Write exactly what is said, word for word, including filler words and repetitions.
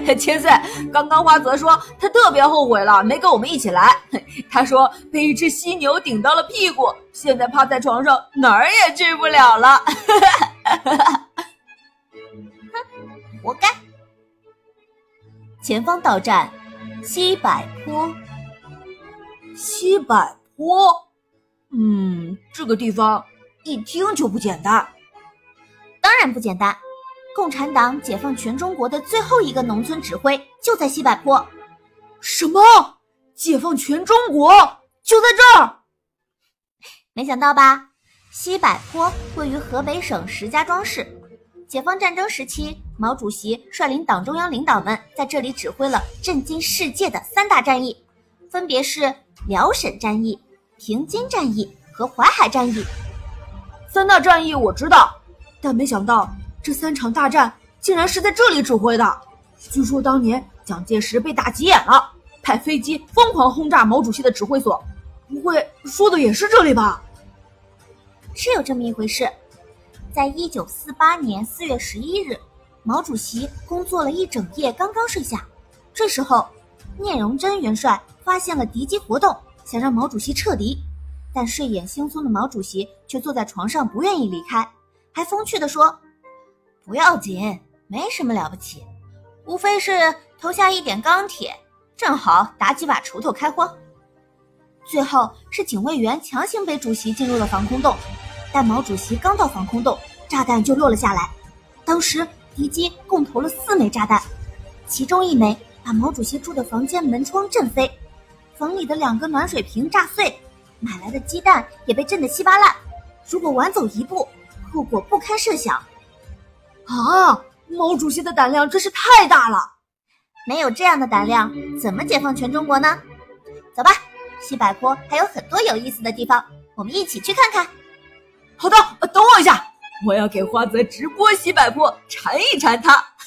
千岁，刚刚花泽说他特别后悔了，没跟我们一起来。他说被一只犀牛顶到了屁股，现在趴在床上哪儿也去不了了。 活该。前方到站西柏坡。 西柏坡，嗯，这个地方一听就不简单。 当然不简单，共产党解放全中国的最后一个农村指挥就在西柏坡。 什么？解放全中国就在这儿？ 没想到吧？西柏坡位于河北省石家庄市。解放战争时期，毛主席率领党中央领导们在这里指挥了震惊世界的三大战役，分别是辽沈战役、平津战役和淮海战役。 三大战役我知道，但没想到这三场大战竟然是在这里指挥的。据说当年蒋介石被打急眼了，派飞机疯狂轰炸毛主席的指挥所，不会说的也是这里吧？ 是有这么一回事。在一九四八年四月十一日，毛主席工作了一整夜，刚刚睡下。这时候，聂荣臻元帅发现了敌机活动，想让毛主席撤离，但睡眼惺忪的毛主席却坐在床上不愿意离开，还风趣地说：“不要紧，没什么了不起，无非是投下一点钢铁，正好打几把锄头开荒。”最后是警卫员强行被主席进入了防空洞，但毛主席刚到防空洞，炸弹就落了下来。当时敌机共投了四枚炸弹，其中一枚把毛主席住的房间门窗震飞，房里的两个暖水瓶炸碎，买来的鸡蛋也被震得稀巴烂。如果晚走一步，后果不堪设想。 啊，毛主席的胆量真是太大了！ 没有这样的胆量，怎么解放全中国呢？走吧，西柏坡还有很多有意思的地方，我们一起去看看。 好的，等我一下，我要给花泽直播西柏坡，馋一馋他。